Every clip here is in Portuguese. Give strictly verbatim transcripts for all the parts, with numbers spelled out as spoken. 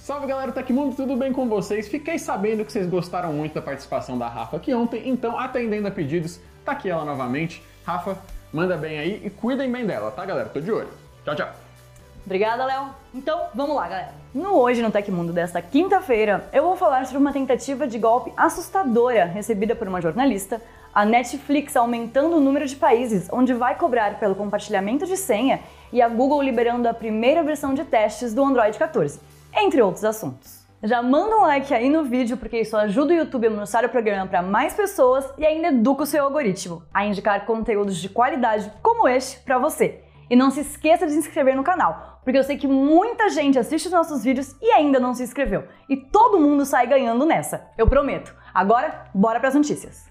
Salve galera do Tecmundo, tudo bem com vocês? Fiquei sabendo que vocês gostaram muito da participação da Rafa aqui ontem, então atendendo a pedidos, tá aqui ela novamente. Rafa, manda bem aí e cuidem bem dela, tá galera? Tô de olho. Tchau, tchau. Obrigada, Léo. Então, vamos lá, galera. No Hoje no Tecmundo desta quinta-feira, eu vou falar sobre uma tentativa de golpe assustadora recebida por uma jornalista, a Netflix aumentando o número de países onde vai cobrar pelo compartilhamento de senha e a Google liberando a primeira versão de testes do Android quatorze, entre outros assuntos. Já manda um like aí no vídeo porque isso ajuda o YouTube a mostrar o programa para mais pessoas e ainda educa o seu algoritmo a indicar conteúdos de qualidade como este para você. E não se esqueça de se inscrever no canal, porque eu sei que muita gente assiste os nossos vídeos e ainda não se inscreveu. E todo mundo sai ganhando nessa, eu prometo. Agora, bora para as notícias.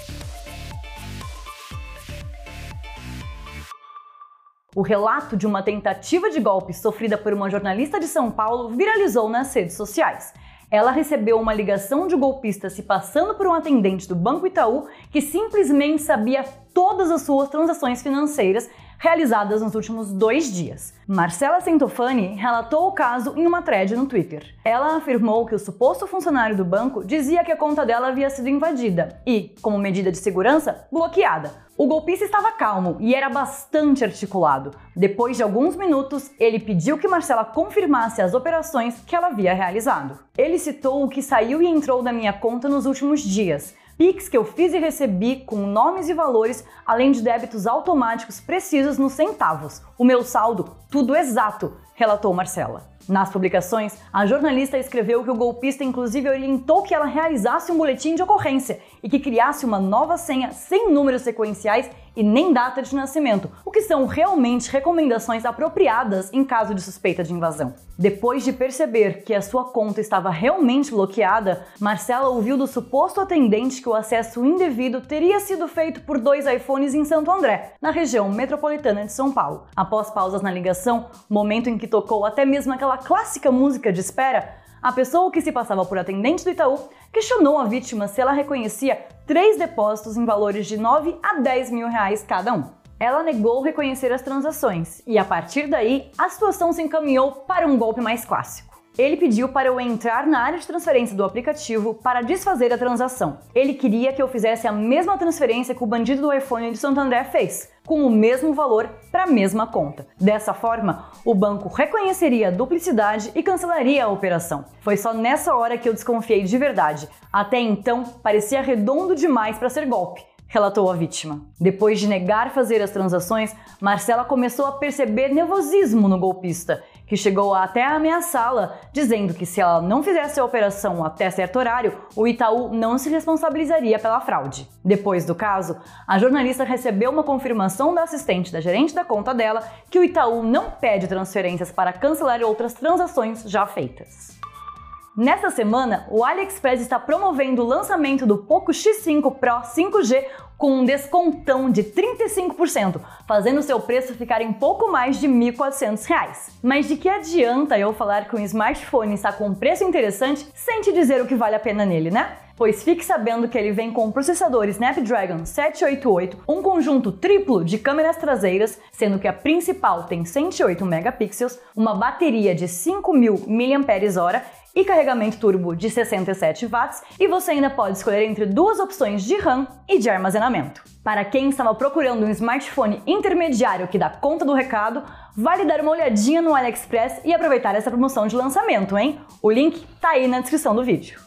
O relato de uma tentativa de golpe sofrida por uma jornalista de São Paulo viralizou nas redes sociais. Ela recebeu uma ligação de golpista se passando por um atendente do Banco Itaú que simplesmente sabia todas as suas transações financeiras realizadas nos últimos dois dias. Marcela Centofani relatou o caso em uma thread no Twitter. Ela afirmou que o suposto funcionário do banco dizia que a conta dela havia sido invadida e, como medida de segurança, bloqueada. O golpista estava calmo e era bastante articulado. Depois de alguns minutos, ele pediu que Marcela confirmasse as operações que ela havia realizado. Ele citou o que saiu e entrou da minha conta nos últimos dias. Pix que eu fiz e recebi com nomes e valores, além de débitos automáticos precisos nos centavos. O meu saldo, tudo exato, relatou Marcela. Nas publicações, a jornalista escreveu que o golpista inclusive orientou que ela realizasse um boletim de ocorrência e que criasse uma nova senha sem números sequenciais e nem data de nascimento, o que são realmente recomendações apropriadas em caso de suspeita de invasão. Depois de perceber que a sua conta estava realmente bloqueada, Marcela ouviu do suposto atendente que o acesso indevido teria sido feito por dois iPhones em Santo André, na região metropolitana de São Paulo. Após pausas na ligação, momento em que tocou até mesmo aquela clássica música de espera, a pessoa que se passava por atendente do Itaú questionou a vítima se ela reconhecia três depósitos em valores de nove a dez mil reais cada um. Ela negou reconhecer as transações e, a partir daí, a situação se encaminhou para um golpe mais clássico. Ele pediu para eu entrar na área de transferência do aplicativo para desfazer a transação. Ele queria que eu fizesse a mesma transferência que o bandido do iPhone de Santo André fez, com o mesmo valor para a mesma conta. Dessa forma, o banco reconheceria a duplicidade e cancelaria a operação. Foi só nessa hora que eu desconfiei de verdade. Até então, parecia redondo demais para ser golpe, relatou a vítima. Depois de negar fazer as transações, Marcela começou a perceber nervosismo no golpista, que chegou a até ameaçá-la, dizendo que se ela não fizesse a operação até certo horário, o Itaú não se responsabilizaria pela fraude. Depois do caso, a jornalista recebeu uma confirmação da assistente da gerente da conta dela que o Itaú não pede transferências para cancelar outras transações já feitas. Nesta semana, o AliExpress está promovendo o lançamento do Poco X cinco Pro cinco G com um descontão de trinta e cinco por cento, fazendo seu preço ficar em pouco mais de mil e quatrocentos reais. Mas de que adianta eu falar que um smartphone está com um preço interessante sem te dizer o que vale a pena nele, né? Pois fique sabendo que ele vem com o processador Snapdragon setecentos e oitenta e oito, um conjunto triplo de câmeras traseiras, sendo que a principal tem cento e oito megapixels, uma bateria de cinco mil miliampères-hora e carregamento turbo de sessenta e sete watts, e você ainda pode escolher entre duas opções de RAM e de armazenamento. Para quem estava procurando um smartphone intermediário que dá conta do recado, vale dar uma olhadinha no AliExpress e aproveitar essa promoção de lançamento, hein? O link tá aí na descrição do vídeo.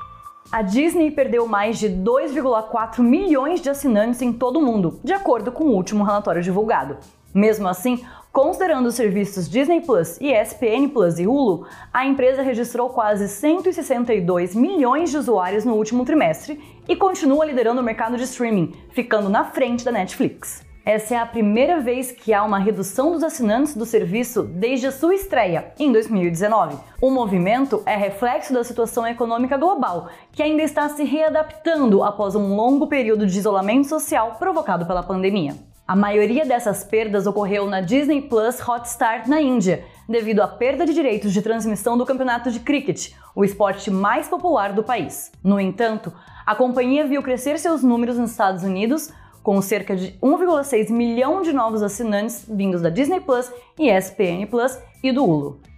A Disney perdeu mais de dois vírgula quatro milhões de assinantes em todo o mundo, de acordo com o último relatório divulgado. Mesmo assim, considerando os serviços Disney Plus, E S P N Plus e Hulu, a empresa registrou quase cento e sessenta e dois milhões de usuários no último trimestre e continua liderando o mercado de streaming, ficando na frente da Netflix. Essa é a primeira vez que há uma redução dos assinantes do serviço desde a sua estreia, em dois mil e dezenove. O movimento é reflexo da situação econômica global, que ainda está se readaptando após um longo período de isolamento social provocado pela pandemia. A maioria dessas perdas ocorreu na Disney Plus Hotstar na Índia, devido à perda de direitos de transmissão do campeonato de cricket, o esporte mais popular do país. No entanto, a companhia viu crescer seus números nos Estados Unidos, com cerca de um vírgula seis milhão de novos assinantes vindos da Disney Plus, E S P N Plus e do Hulu.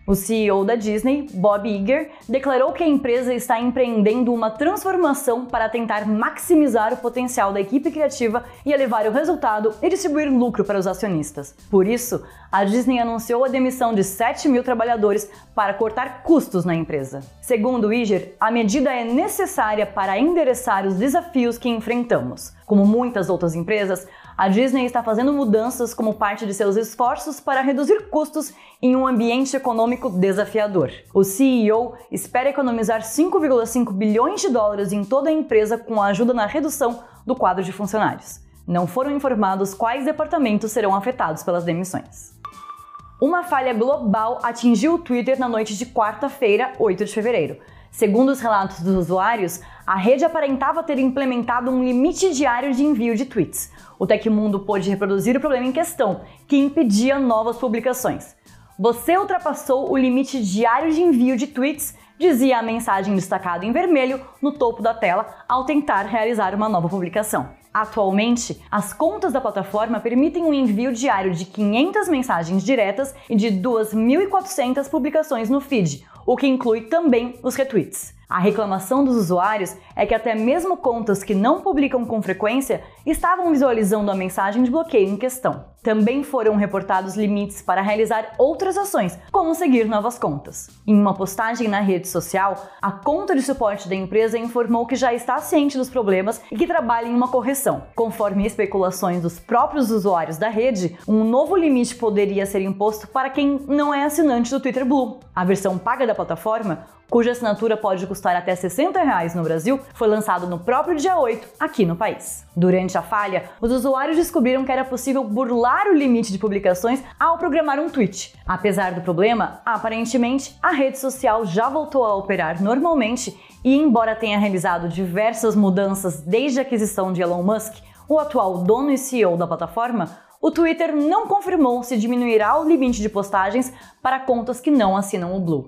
O C E O da Disney, Bob Iger, declarou que a empresa está empreendendo uma transformação para tentar maximizar o potencial da equipe criativa e elevar o resultado e distribuir lucro para os acionistas. Por isso, a Disney anunciou a demissão de sete mil trabalhadores para cortar custos na empresa. Segundo Iger, a medida é necessária para endereçar os desafios que enfrentamos. Como muitas outras empresas, a Disney está fazendo mudanças como parte de seus esforços para reduzir custos em um ambiente econômico desafiador. O C E O espera economizar cinco vírgula cinco bilhões de dólares em toda a empresa com a ajuda na redução do quadro de funcionários. Não foram informados quais departamentos serão afetados pelas demissões. Uma falha global atingiu o Twitter na noite de quarta-feira, oito de fevereiro. Segundo os relatos dos usuários, a rede aparentava ter implementado um limite diário de envio de tweets. O Tecmundo pôde reproduzir o problema em questão, que impedia novas publicações. Você ultrapassou o limite diário de envio de tweets, dizia a mensagem destacada em vermelho no topo da tela ao tentar realizar uma nova publicação. Atualmente, as contas da plataforma permitem um envio diário de quinhentas mensagens diretas e de duas mil e quatrocentas publicações no feed, o que inclui também os retweets. A reclamação dos usuários é que até mesmo contas que não publicam com frequência estavam visualizando a mensagem de bloqueio em questão. Também foram reportados limites para realizar outras ações, como seguir novas contas. Em uma postagem na rede social, a conta de suporte da empresa informou que já está ciente dos problemas e que trabalha em uma correção. Conforme especulações dos próprios usuários da rede, um novo limite poderia ser imposto para quem não é assinante do Twitter Blue. A versão paga da plataforma, cuja assinatura pode custar até sessenta reais no Brasil, foi lançado no próprio dia oito aqui no país. Durante a falha, os usuários descobriram que era possível burlar o limite de publicações ao programar um tweet. Apesar do problema, aparentemente, a rede social já voltou a operar normalmente e, embora tenha realizado diversas mudanças desde a aquisição de Elon Musk, o atual dono e C E O da plataforma, o Twitter não confirmou se diminuirá o limite de postagens para contas que não assinam o Blue.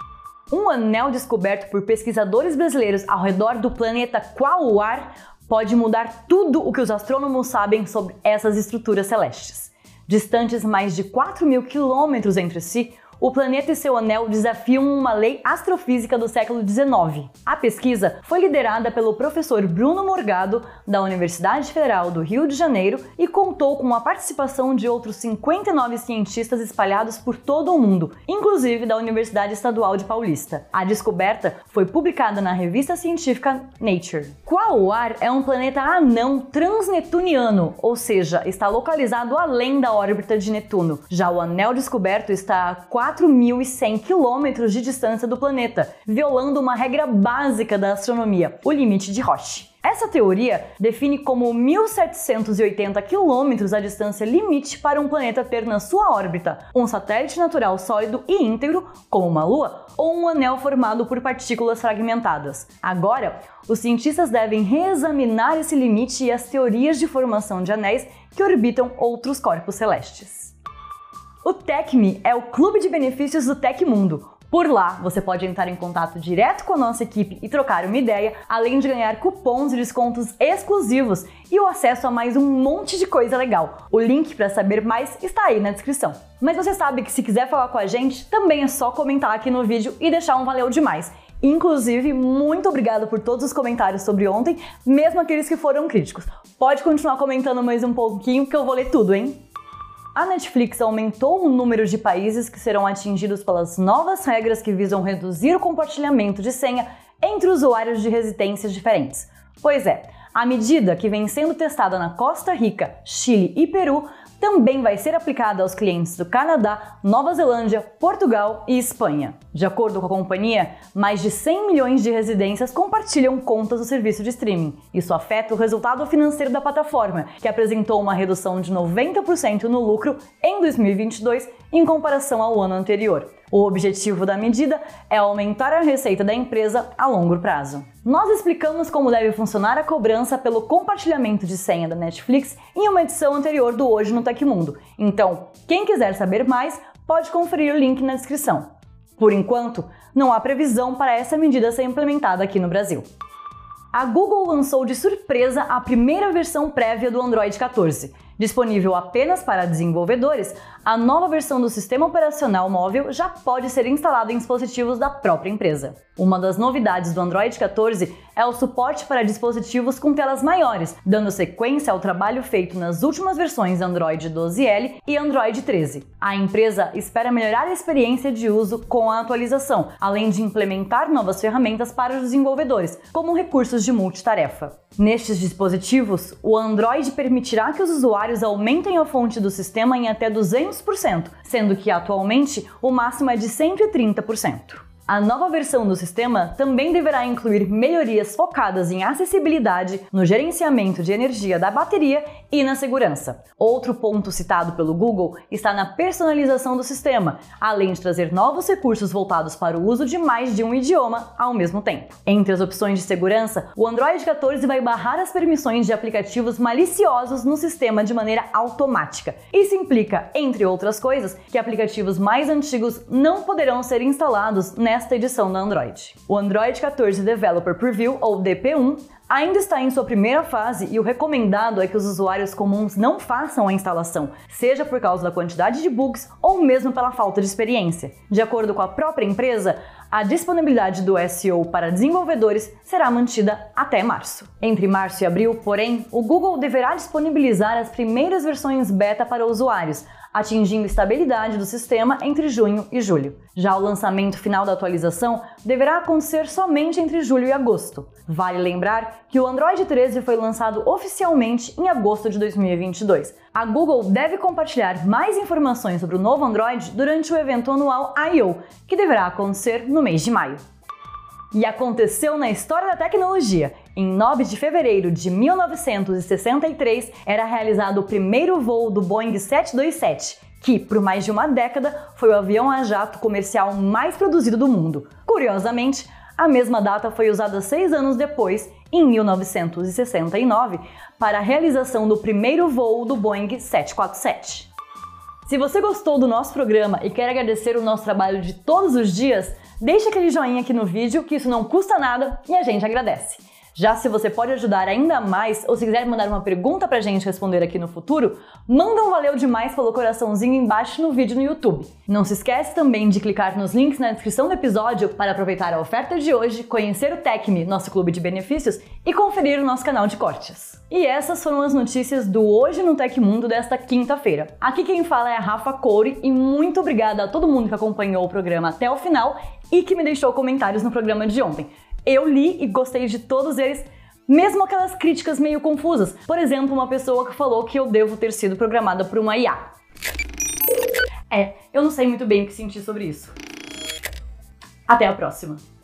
Um anel descoberto por pesquisadores brasileiros ao redor do planeta Quaoar pode mudar tudo o que os astrônomos sabem sobre essas estruturas celestes. Distantes mais de quatro mil quilômetros entre si, o planeta e seu anel desafiam uma lei astrofísica do século dezenove. A pesquisa foi liderada pelo professor Bruno Morgado, da Universidade Federal do Rio de Janeiro, e contou com a participação de outros cinquenta e nove cientistas espalhados por todo o mundo, inclusive da Universidade Estadual de Paulista. A descoberta foi publicada na revista científica Nature. Quaoar é um planeta anão transnetuniano, ou seja, está localizado além da órbita de Netuno. Já o anel descoberto está a quatro mil e cem quilômetros de distância do planeta, violando uma regra básica da astronomia, o limite de Roche. Essa teoria define como mil setecentos e oitenta quilômetros a distância limite para um planeta ter na sua órbita um satélite natural sólido e íntegro, como uma Lua, ou um anel formado por partículas fragmentadas. Agora, os cientistas devem reexaminar esse limite e as teorias de formação de anéis que orbitam outros corpos celestes. O TechMe é o clube de benefícios do Tecmundo. Por lá, você pode entrar em contato direto com a nossa equipe e trocar uma ideia, além de ganhar cupons e descontos exclusivos e o acesso a mais um monte de coisa legal. O link para saber mais está aí na descrição. Mas você sabe que se quiser falar com a gente, também é só comentar aqui no vídeo e deixar um valeu demais. Inclusive, muito obrigada por todos os comentários sobre ontem, mesmo aqueles que foram críticos. Pode continuar comentando mais um pouquinho que eu vou ler tudo, hein? A Netflix aumentou o número de países que serão atingidos pelas novas regras que visam reduzir o compartilhamento de senha entre usuários de residências diferentes. Pois é, a medida, que vem sendo testada na Costa Rica, Chile e Peru, também vai ser aplicada aos clientes do Canadá, Nova Zelândia, Portugal e Espanha. De acordo com a companhia, mais de cem milhões de residências compartilham contas do serviço de streaming. Isso afeta o resultado financeiro da plataforma, que apresentou uma redução de noventa por cento no lucro em dois mil e vinte e dois em comparação ao ano anterior. O objetivo da medida é aumentar a receita da empresa a longo prazo. Nós explicamos como deve funcionar a cobrança pelo compartilhamento de senha da Netflix em uma edição anterior do Hoje no Tecmundo. Então, quem quiser saber mais, pode conferir o link na descrição. Por enquanto, não há previsão para essa medida ser implementada aqui no Brasil. A Google lançou de surpresa a primeira versão prévia do Android quatorze. Disponível apenas para desenvolvedores, a nova versão do sistema operacional móvel já pode ser instalada em dispositivos da própria empresa. Uma das novidades do Android quatorze é o suporte para dispositivos com telas maiores, dando sequência ao trabalho feito nas últimas versões Android doze L e Android treze. A empresa espera melhorar a experiência de uso com a atualização, além de implementar novas ferramentas para os desenvolvedores, como recursos de multitarefa. Nestes dispositivos, o Android permitirá que os usuários aumentem a fonte do sistema em até duzentos por cento, sendo que atualmente o máximo é de cento e trinta por cento. A nova versão do sistema também deverá incluir melhorias focadas em acessibilidade, no gerenciamento de energia da bateria e na segurança. Outro ponto citado pelo Google está na personalização do sistema, além de trazer novos recursos voltados para o uso de mais de um idioma ao mesmo tempo. Entre as opções de segurança, o Android quatorze vai barrar as permissões de aplicativos maliciosos no sistema de maneira automática. Isso implica, entre outras coisas, que aplicativos mais antigos não poderão ser instalados nesta Esta edição da Android. O Android quatorze Developer Preview, ou D P um, ainda está em sua primeira fase e o recomendado é que os usuários comuns não façam a instalação, seja por causa da quantidade de bugs ou mesmo pela falta de experiência. De acordo com a própria empresa, a disponibilidade do S E O para desenvolvedores será mantida até março. Entre março e abril, porém, o Google deverá disponibilizar as primeiras versões beta para usuários, atingindo estabilidade do sistema entre junho e julho. Já o lançamento final da atualização deverá acontecer somente entre julho e agosto. Vale lembrar que o Android treze foi lançado oficialmente em agosto de dois mil e vinte e dois. A Google deve compartilhar mais informações sobre o novo Android durante o evento anual I O, que deverá acontecer no mês de maio. E aconteceu na história da tecnologia. Em nove de fevereiro de mil novecentos e sessenta e três, era realizado o primeiro voo do Boeing sete dois sete, que, por mais de uma década, foi o avião a jato comercial mais produzido do mundo. Curiosamente, a mesma data foi usada seis anos depois, em mil novecentos e sessenta e nove, para a realização do primeiro voo do Boeing sete quatro sete. Se você gostou do nosso programa e quer agradecer o nosso trabalho de todos os dias, deixa aquele joinha aqui no vídeo, que isso não custa nada e a gente agradece. Já se você pode ajudar ainda mais, ou se quiser mandar uma pergunta pra gente responder aqui no futuro, manda um valeu demais pelo coraçãozinho embaixo no vídeo no YouTube. Não se esquece também de clicar nos links na descrição do episódio para aproveitar a oferta de hoje, conhecer o TechMe, nosso clube de benefícios, e conferir o nosso canal de cortes. E essas foram as notícias do Hoje no Tecmundo desta quinta-feira. Aqui quem fala é a Rafa Coure e muito obrigada a todo mundo que acompanhou o programa até o final e que me deixou comentários no programa de ontem. Eu li e gostei de todos eles, mesmo aquelas críticas meio confusas. Por exemplo, uma pessoa que falou que eu devo ter sido programada por uma I A. É, eu não sei muito bem o que sentir sobre isso. Até a próxima!